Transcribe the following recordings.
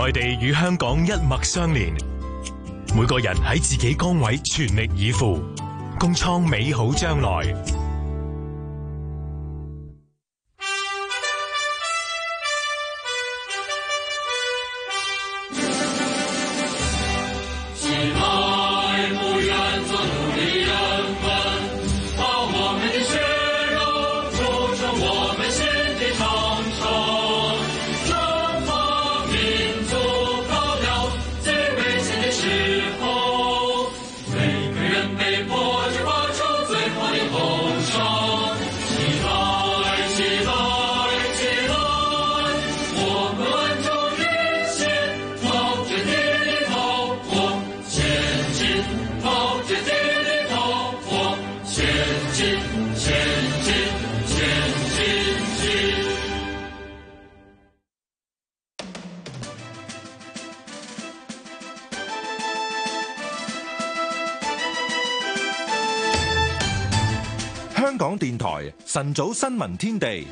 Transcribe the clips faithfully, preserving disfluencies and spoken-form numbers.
內地與香港一脈相連，每個人喺自己崗位全力以赴，共創美好將來。 香港電台晨早新聞天地，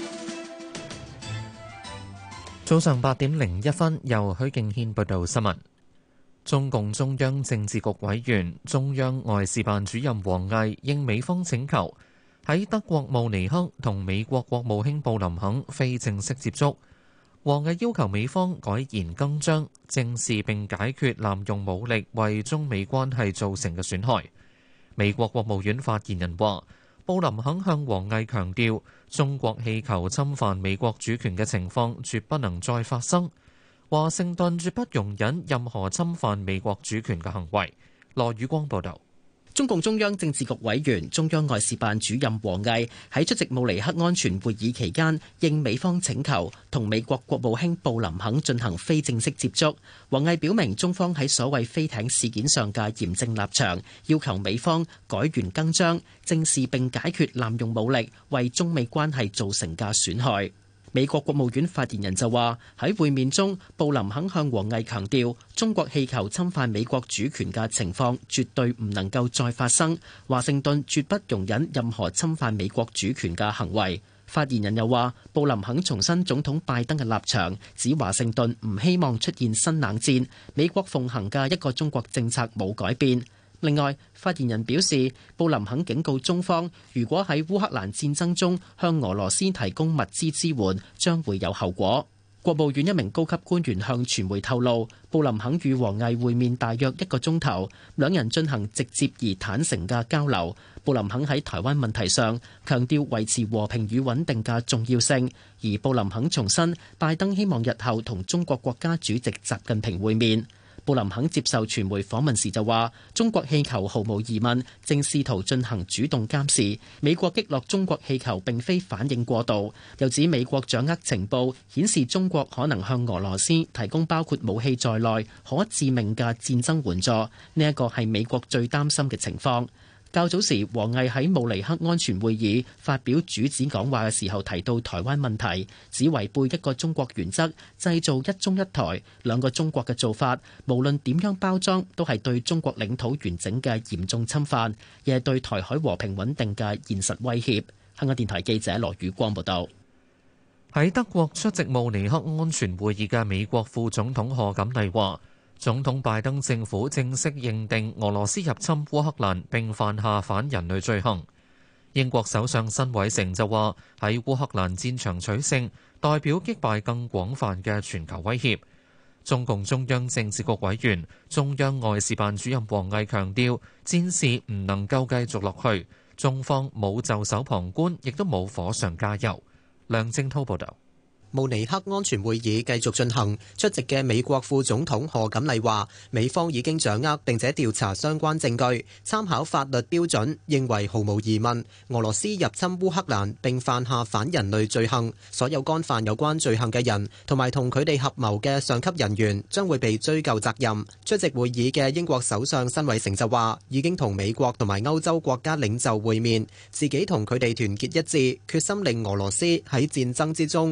早上八點零一分，由許敬軒報道新聞。中共中央政治局委員、中央外事辦主任王毅應美方請求，喺德國慕尼黑同美國國務卿布林肯非正式接觸。王毅要求美方改弦更張，正視並解決濫用武力為中美關係造成嘅損害。美國國務院發言人話，布林肯向王毅強調，中國氣球侵犯美國主權嘅情況絕不能再發生，華盛頓絕不容忍任何侵犯美國主權嘅行為。羅宇光報道。 中共中央政治局委員、中央外事辦主任王毅喺出席慕尼黑安全會議期間，應美方請求，同美國國務卿布林肯進行非正式接觸。王毅表明中方喺所謂飛艇事件上嘅嚴正立場，要求美方改弦更張，正視並解決濫用武力為中美關係造成嘅損害。美國國務院發言人就話，喺會面中，布林肯向王毅強調，中國氣球侵犯美國主權嘅情況絕對唔能夠再發生，華盛頓絕不容忍任何侵犯美國主權嘅行為。發言人又話，布林肯重申總統拜登嘅立場，指華盛頓唔希望出現新冷戰，美國奉行嘅一個中國政策冇改變。另外，發言人表示，布林肯警告中方，如果喺烏克蘭戰爭中向俄羅斯提供物資支援，將會有後果。國務院一名高級官員向傳媒透露，布林肯與王毅會面大約一個鐘頭，兩人進行直接而坦誠嘅交流。布林肯喺台灣問題上強調維持和平與穩定嘅重要性，而布林肯重申，拜登希望日後同中國國家主席習近平會面。布林肯接受傳媒訪問時就話，中國氣球毫無疑問正試圖進行主動監視，美國擊落中國氣球並非反應過度，又指美國掌握情報顯示中國可能向俄羅斯提供包括武器在內可致命嘅戰爭援助，呢一個係美國最擔心嘅情況。較早時，王毅喺慕尼黑安全會議發表主旨講話嘅時候提到台灣問題，只違背一個中國原則，製造一中一台兩個中國嘅做法，無論點樣包裝，都係對中國領土完整嘅嚴重侵犯，亦係對台海和平穩定嘅現實威脅。香港電台記者羅宇光報道。 喺德國出席慕尼黑安全會議嘅美國副總統賀錦麗話，總統拜登政府正式認定俄羅斯入侵烏克蘭並犯下反人類罪行。英國首相辛偉誠就話，喺烏克蘭戰場取勝，代表擊敗更廣泛嘅全球威脅。中共中央政治局委員、中央外事辦主任王毅強調，戰事唔能夠繼續落去，中方冇袖手旁觀，亦都冇火上加油。梁正滔報導。 慕尼黑安全會議繼續進行，出席嘅美國副總統賀錦麗話，美方已經掌握並且調查相關證據，參考法律標準，認為毫無疑問，俄羅斯入侵烏克蘭並犯下反人類罪行，所有干犯有關罪行嘅人同埋同佢哋合謀嘅上級人員將會被追究責任。出席會議嘅英國首相辛偉誠就話，已經同美國同埋歐洲國家領袖會面，自己同佢哋團結一致，決心令俄羅斯喺戰爭之中以失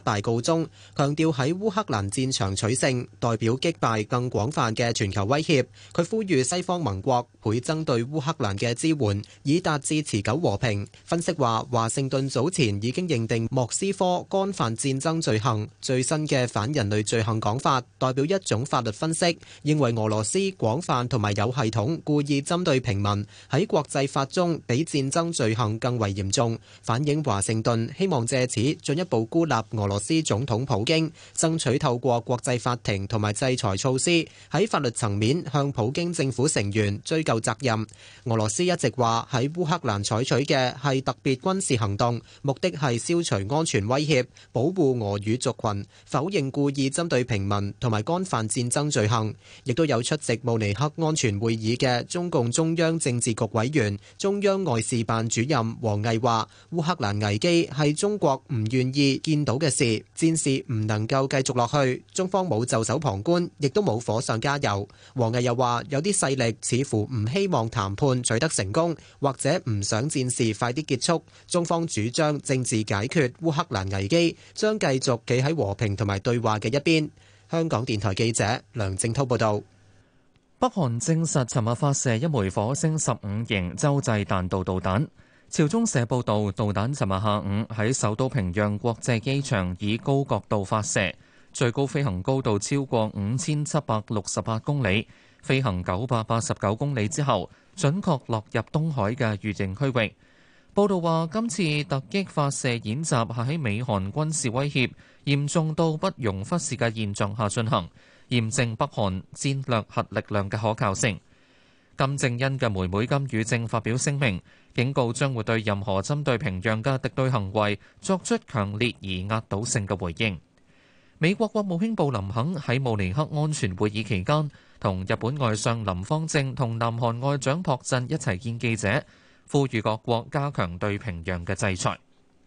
敗告終，強調喺烏克蘭戰場取勝，代表擊敗更廣泛嘅全球威脅。佢呼籲西方盟國倍增對烏克蘭嘅支援，以達至持久和平。分析話，華盛頓早前已經認定莫斯科干犯戰爭罪行，最新嘅反人類罪行講法代表一種法律分析，認為俄羅斯廣泛同埋有系統故意針對平民，喺國際法中比戰爭罪行更為嚴重，反映華盛頓希望借此進一步孤立俄羅斯總統普京，爭取透過國際法庭同埋制裁措施喺法律層面向普京政府成員追究責任。俄羅斯一直話喺烏克蘭採取嘅係特別軍事行動，目的係消除安全威脅，保護俄語族群，否認故意針對平民同埋干犯戰爭罪行。亦都有出席慕尼黑安全會議嘅中共中央政治局委員、中央外事辦主任王毅話：烏克蘭危機係中國唔願意見到嘅事，戰事唔能夠繼續落去，中方冇袖手旁觀，亦都冇火上加油。王毅又話：有啲勢力似乎唔希望談判取得成功，或者唔想戰事快啲結束。中方主張政治解決烏克蘭危機，將繼續企喺和平同埋對話嘅一邊。香港電台記者梁正濤報道。 北韓證實尋日發射一枚火星十五型洲際彈道導彈。朝中社報導，導彈尋日下午喺首都平壤國際機場以高角度發射，最高飛行高度超過五千七百六十八公里，飛行九百八十九公里之後，準確落入東海嘅預定區域。報導話，今次突擊發射演習係喺美韓軍事威脅嚴重到不容忽視嘅現狀下進行，驗證北韓戰略核力量嘅可靠性。金正恩嘅妹妹金與正發表聲明，警告將會對任何針對平壤嘅敵對行為作出強烈而壓倒性嘅回應。美國國務卿布林肯喺慕尼黑安全會議期間，同日本外相林芳正同南韓外長朴振一齊見記者，呼籲各國加強對平壤嘅制裁。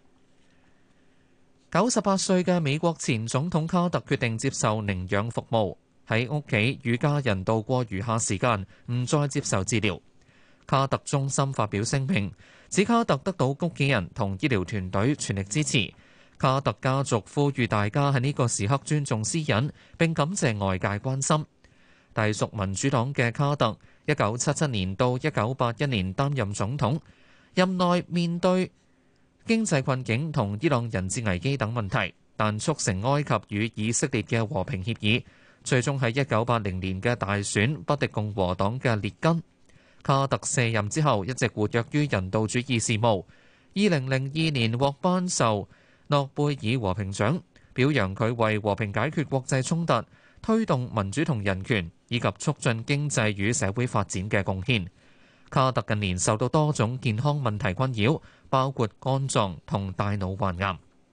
九十八歲嘅美國前總統卡特決定接受寧養服務，喺屋企與家人度過餘下時間，唔再接受治療。卡特中心發表聲明，指卡特得到屋企人同醫療團隊全力支持。卡特家族呼籲大家喺呢個時刻尊重私隱，並感謝外界關心。隸屬民主黨嘅卡特，一九七七年到一九八一年擔任總統，任內面對經濟困境同伊朗人質危機等問題，但促成埃及與以色列嘅和平協議，最終喺一九八零年嘅大選不敵共和黨嘅列根。卡特卸任之後一直活躍於人道主義事務，二零零二年獲頒授諾貝爾和平獎，表揚佢為和平解決國際衝突、推動民主同人權以及促進經濟與社會發展嘅貢獻。卡特近年受到多種健康問題困擾，包括肝臟同大腦患癌。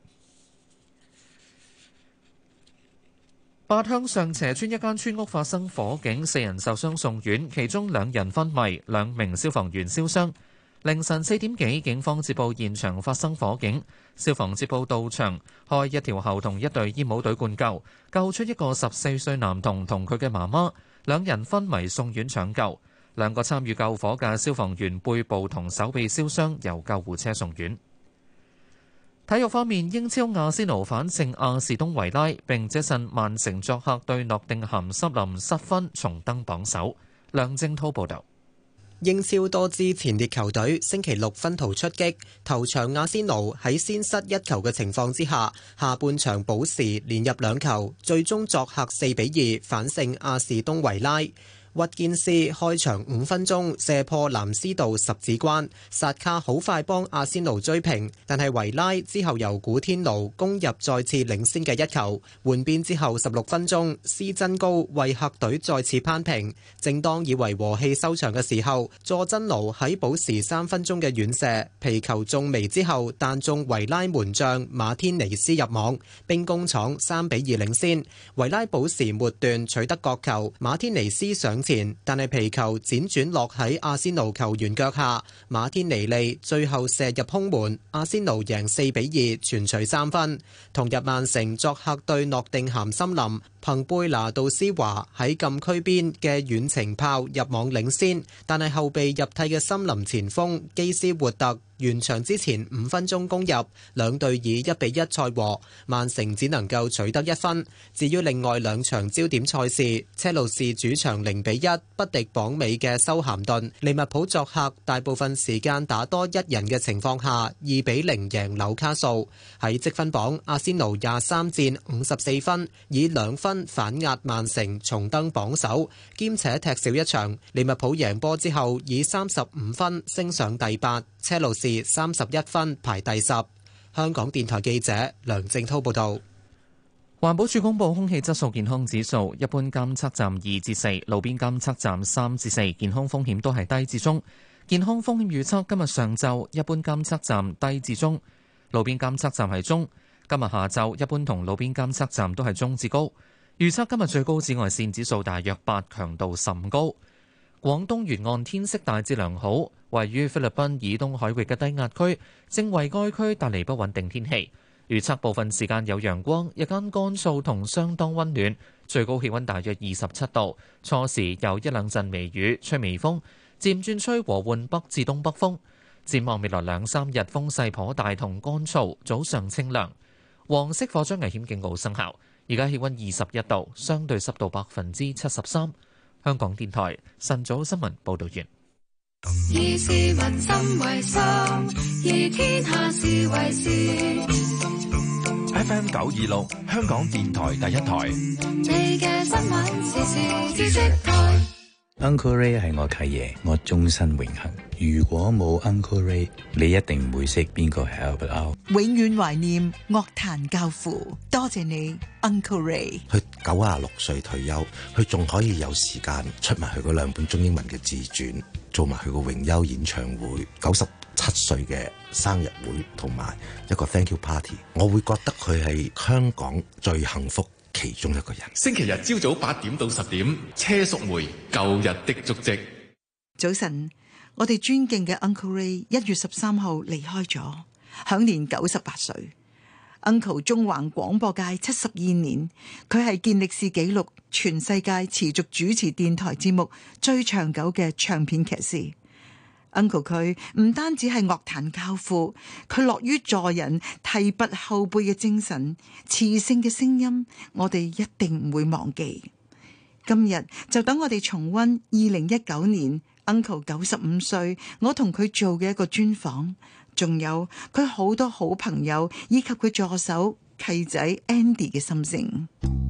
八鄉上斜村一間村屋發生火警，四人受傷送院，其中兩人昏迷，兩名消防員燒傷。凌晨四點幾，警方接報現場發生火警，消防接報到場，開一條喉同一隊煙霧隊灌救，救出一個十四歲男童同佢嘅媽媽，兩人昏迷送院搶救。兩個參與救火嘅消防員背部同手臂燒傷，由救護車送院。體育方面，英超阿仙奴反勝亞士東維拉，並且趁曼城作客對諾定咸森林失分，重登榜首。梁正滔報導。 英超多支前列球隊星期六分途出擊，頭場阿仙奴喺先失一球嘅情況之下，下半場補時連入兩球，最終作客四比二反勝亞士東維拉。屈健斯開場五分鐘射破藍斯道十指關，薩卡好快幫阿仙奴追平，但係維拉之後由古天奴攻入再次領先嘅一球。換邊之後十六分鐘，斯真高為客隊再次扳平。正當以為和氣收場嘅時候，佐真奴喺補時三分鐘嘅遠射皮球中楣之後，彈中維拉門將馬天尼斯入網，兵工廠三比二領先。維拉補時末段取得角球，馬天尼斯上前，但係皮球輾轉落喺阿仙奴球員腳下，馬天尼利最後射入空門，阿仙奴贏四比二，全取三分。同日曼城作客對諾定咸森林，憑貝拿杜斯華喺禁區邊嘅遠程炮入網領先，但係後備入替嘅森林前鋒基斯活特完場之前五分鐘攻入，兩隊以一比一賽和，曼城只能夠取得一分。至於另外兩場焦點賽事，車路士主場零比一不敵榜尾嘅修咸頓，利物浦作客大部分時間打多一人嘅情況下，二比零贏紐卡素。喺積分榜，阿仙奴廿三戰五十四分，以兩分反壓曼城重登榜首，兼且踢少一場。利物浦贏波之後，以三十五分升上第八，車路士三十一分排第十。香港電台記者梁正滔報導。 環保署公布空氣質素健康指數，一般監測站二至四，路邊監測站三至四，健康風險都係低至中。健康風險預測今日上晝一般監測站低至中，路邊監測站係中。今日下晝一般同路邊監測站都係中至高。預測今日最高紫外線指數大約八，強度甚高。廣東沿岸天色大致良好，位於菲律賓以東海域嘅低壓區正為該區帶嚟不穩定天氣。預測部分時間有陽光，日間乾燥同相當溫暖，最高氣溫大約二十七度。初時有一兩陣微雨，吹微風，漸轉吹和緩北至東北風。展望未來兩三日風勢頗大同乾燥，早上清涼。黃色火災危險警告生效。而家氣溫二十一度，相對濕度百分之七十三。香港電台晨早新聞報道完。 以市民心為心，以天下事為事。 F M 九二六，香港電台第一台。 你嘅新聞時事知識台。 Uncle Ray 係我契爺，我終身榮幸。如果冇 Uncle Ray， 你一定唔會識邊個係 Albert Au。 永遠懷念樂壇教父，多謝你 Uncle Ray。 佢九啊六歲退休，佢仲可以有時間出埋佢嗰兩本中英文嘅自傳，做埋佢個榮休演唱會，九十七歲嘅生日會，同埋一個 Thank You Party。我會覺得佢係香港最幸福其中一個人。 星期日朝早八點到十點，車淑梅舊日的足跡。 早晨，我哋尊敬嘅 Uncle Ray 一月十三號離開咗，享年九十八歲。Uncle 中環廣播界七十二年，佢係健力士紀錄全世界持續主持電台節目最長久嘅唱片騎士。Uncle 佢唔單止係樂壇教父，佢樂於助人、提拔後輩嘅精神、磁性嘅聲音，我哋一定唔會忘記。今日就等我哋重溫二零一九年 Uncle 九十五歲，我同佢做嘅一個專訪，仲有佢好多好朋友以及佢助手契仔 Andy 嘅心聲。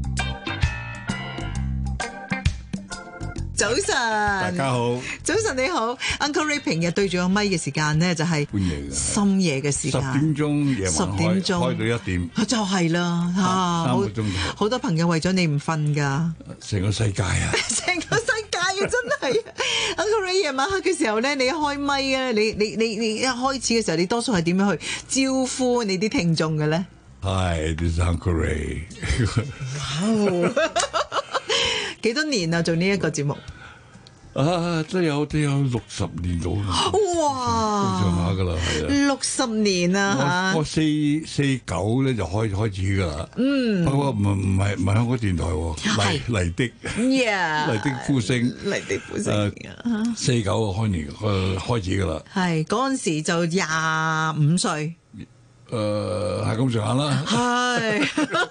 早晨，大家好。 早晨你好 ，Uncle Ray 平日對住個咪嘅時間呢，就係深夜嘅時間， 十點鐘夜晚十點鐘開到一點， 就係啦嚇， 三個鐘頭， 好多朋友為咗你唔瞓㗎， 成個世界啊， 成個世界啊，真係 Uncle Ray 夜晚黑嘅時候咧，你一開咪啊，你你你你一開始嘅時候，你多數係點樣去招呼你啲聽眾嘅咧 ？Hi, this is Uncle Ray。 幾多年啊？做呢一個節目啊，都有都有六十年到啦。 哇， 咁上下噶啦，係啊， 六十年啊！ 我我四四九咧就開開始噶啦。嗯，不過唔唔係唔係香港電台喎，麗麗的，麗的呼聲， 麗的呼聲。 四九開年誒開始噶啦。 係嗰陣時就廿五歲。 誒係咁上下啦。 係。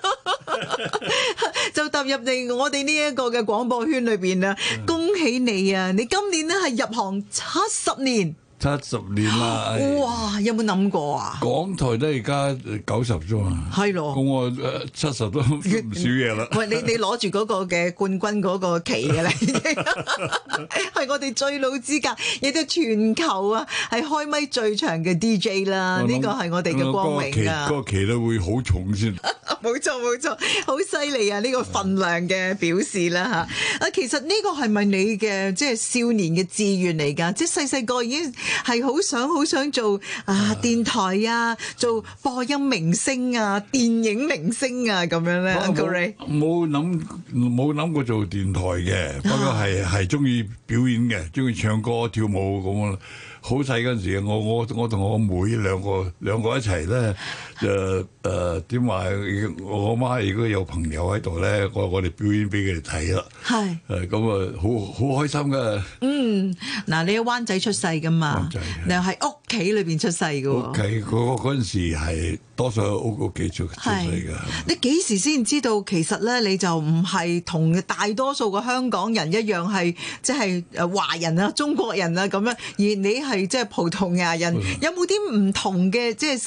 就踏入嚟我哋呢一個嘅廣播圈裏邊啦，嗯、恭喜你啊！你今年咧係入行七十年， 七十年啦！ 哇，有冇諗過啊？ 港台都而家九十啫嘛， 係咯， 咁我誒七十都唔少嘢啦。 喂，你你攞住嗰個嘅冠軍嗰個旗嘅啦，已經係我哋最老資格，亦都全球啊係開咪最長嘅 D J 啦。呢個係我哋嘅光榮啊！ 嗰個旗都會好重先。 冇錯冇錯，好犀利啊！呢、這個份量嘅表示啦嚇啊，其實呢個係咪你嘅即係少年嘅志願嚟㗎？即係細細個已經係好想好想做啊電台啊，做播音明星啊、電影明星啊咁樣咧。Uncle Ray 冇諗冇諗過做電台嘅，不過係係中意表演嘅，中意唱歌跳舞咁啊。好細嗰陣時，我我我同我妹兩個兩個一齊咧，就誒點話？我阿媽如果有朋友喺度咧，我我哋表演俾佢哋睇啦。係誒咁啊，好好開心噶。 嗯，嗱，你喺灣仔出世噶嘛？灣仔，你又係屋企裏邊出世嘅喎。 屋企嗰嗰陣時係多數喺屋屋企出出世嘅。 你幾時先知道其實咧你就唔係同大多數嘅香港人一樣係即係誒華人啊、中國人啊咁樣，而你係即係葡萄牙人？有冇啲唔同嘅即係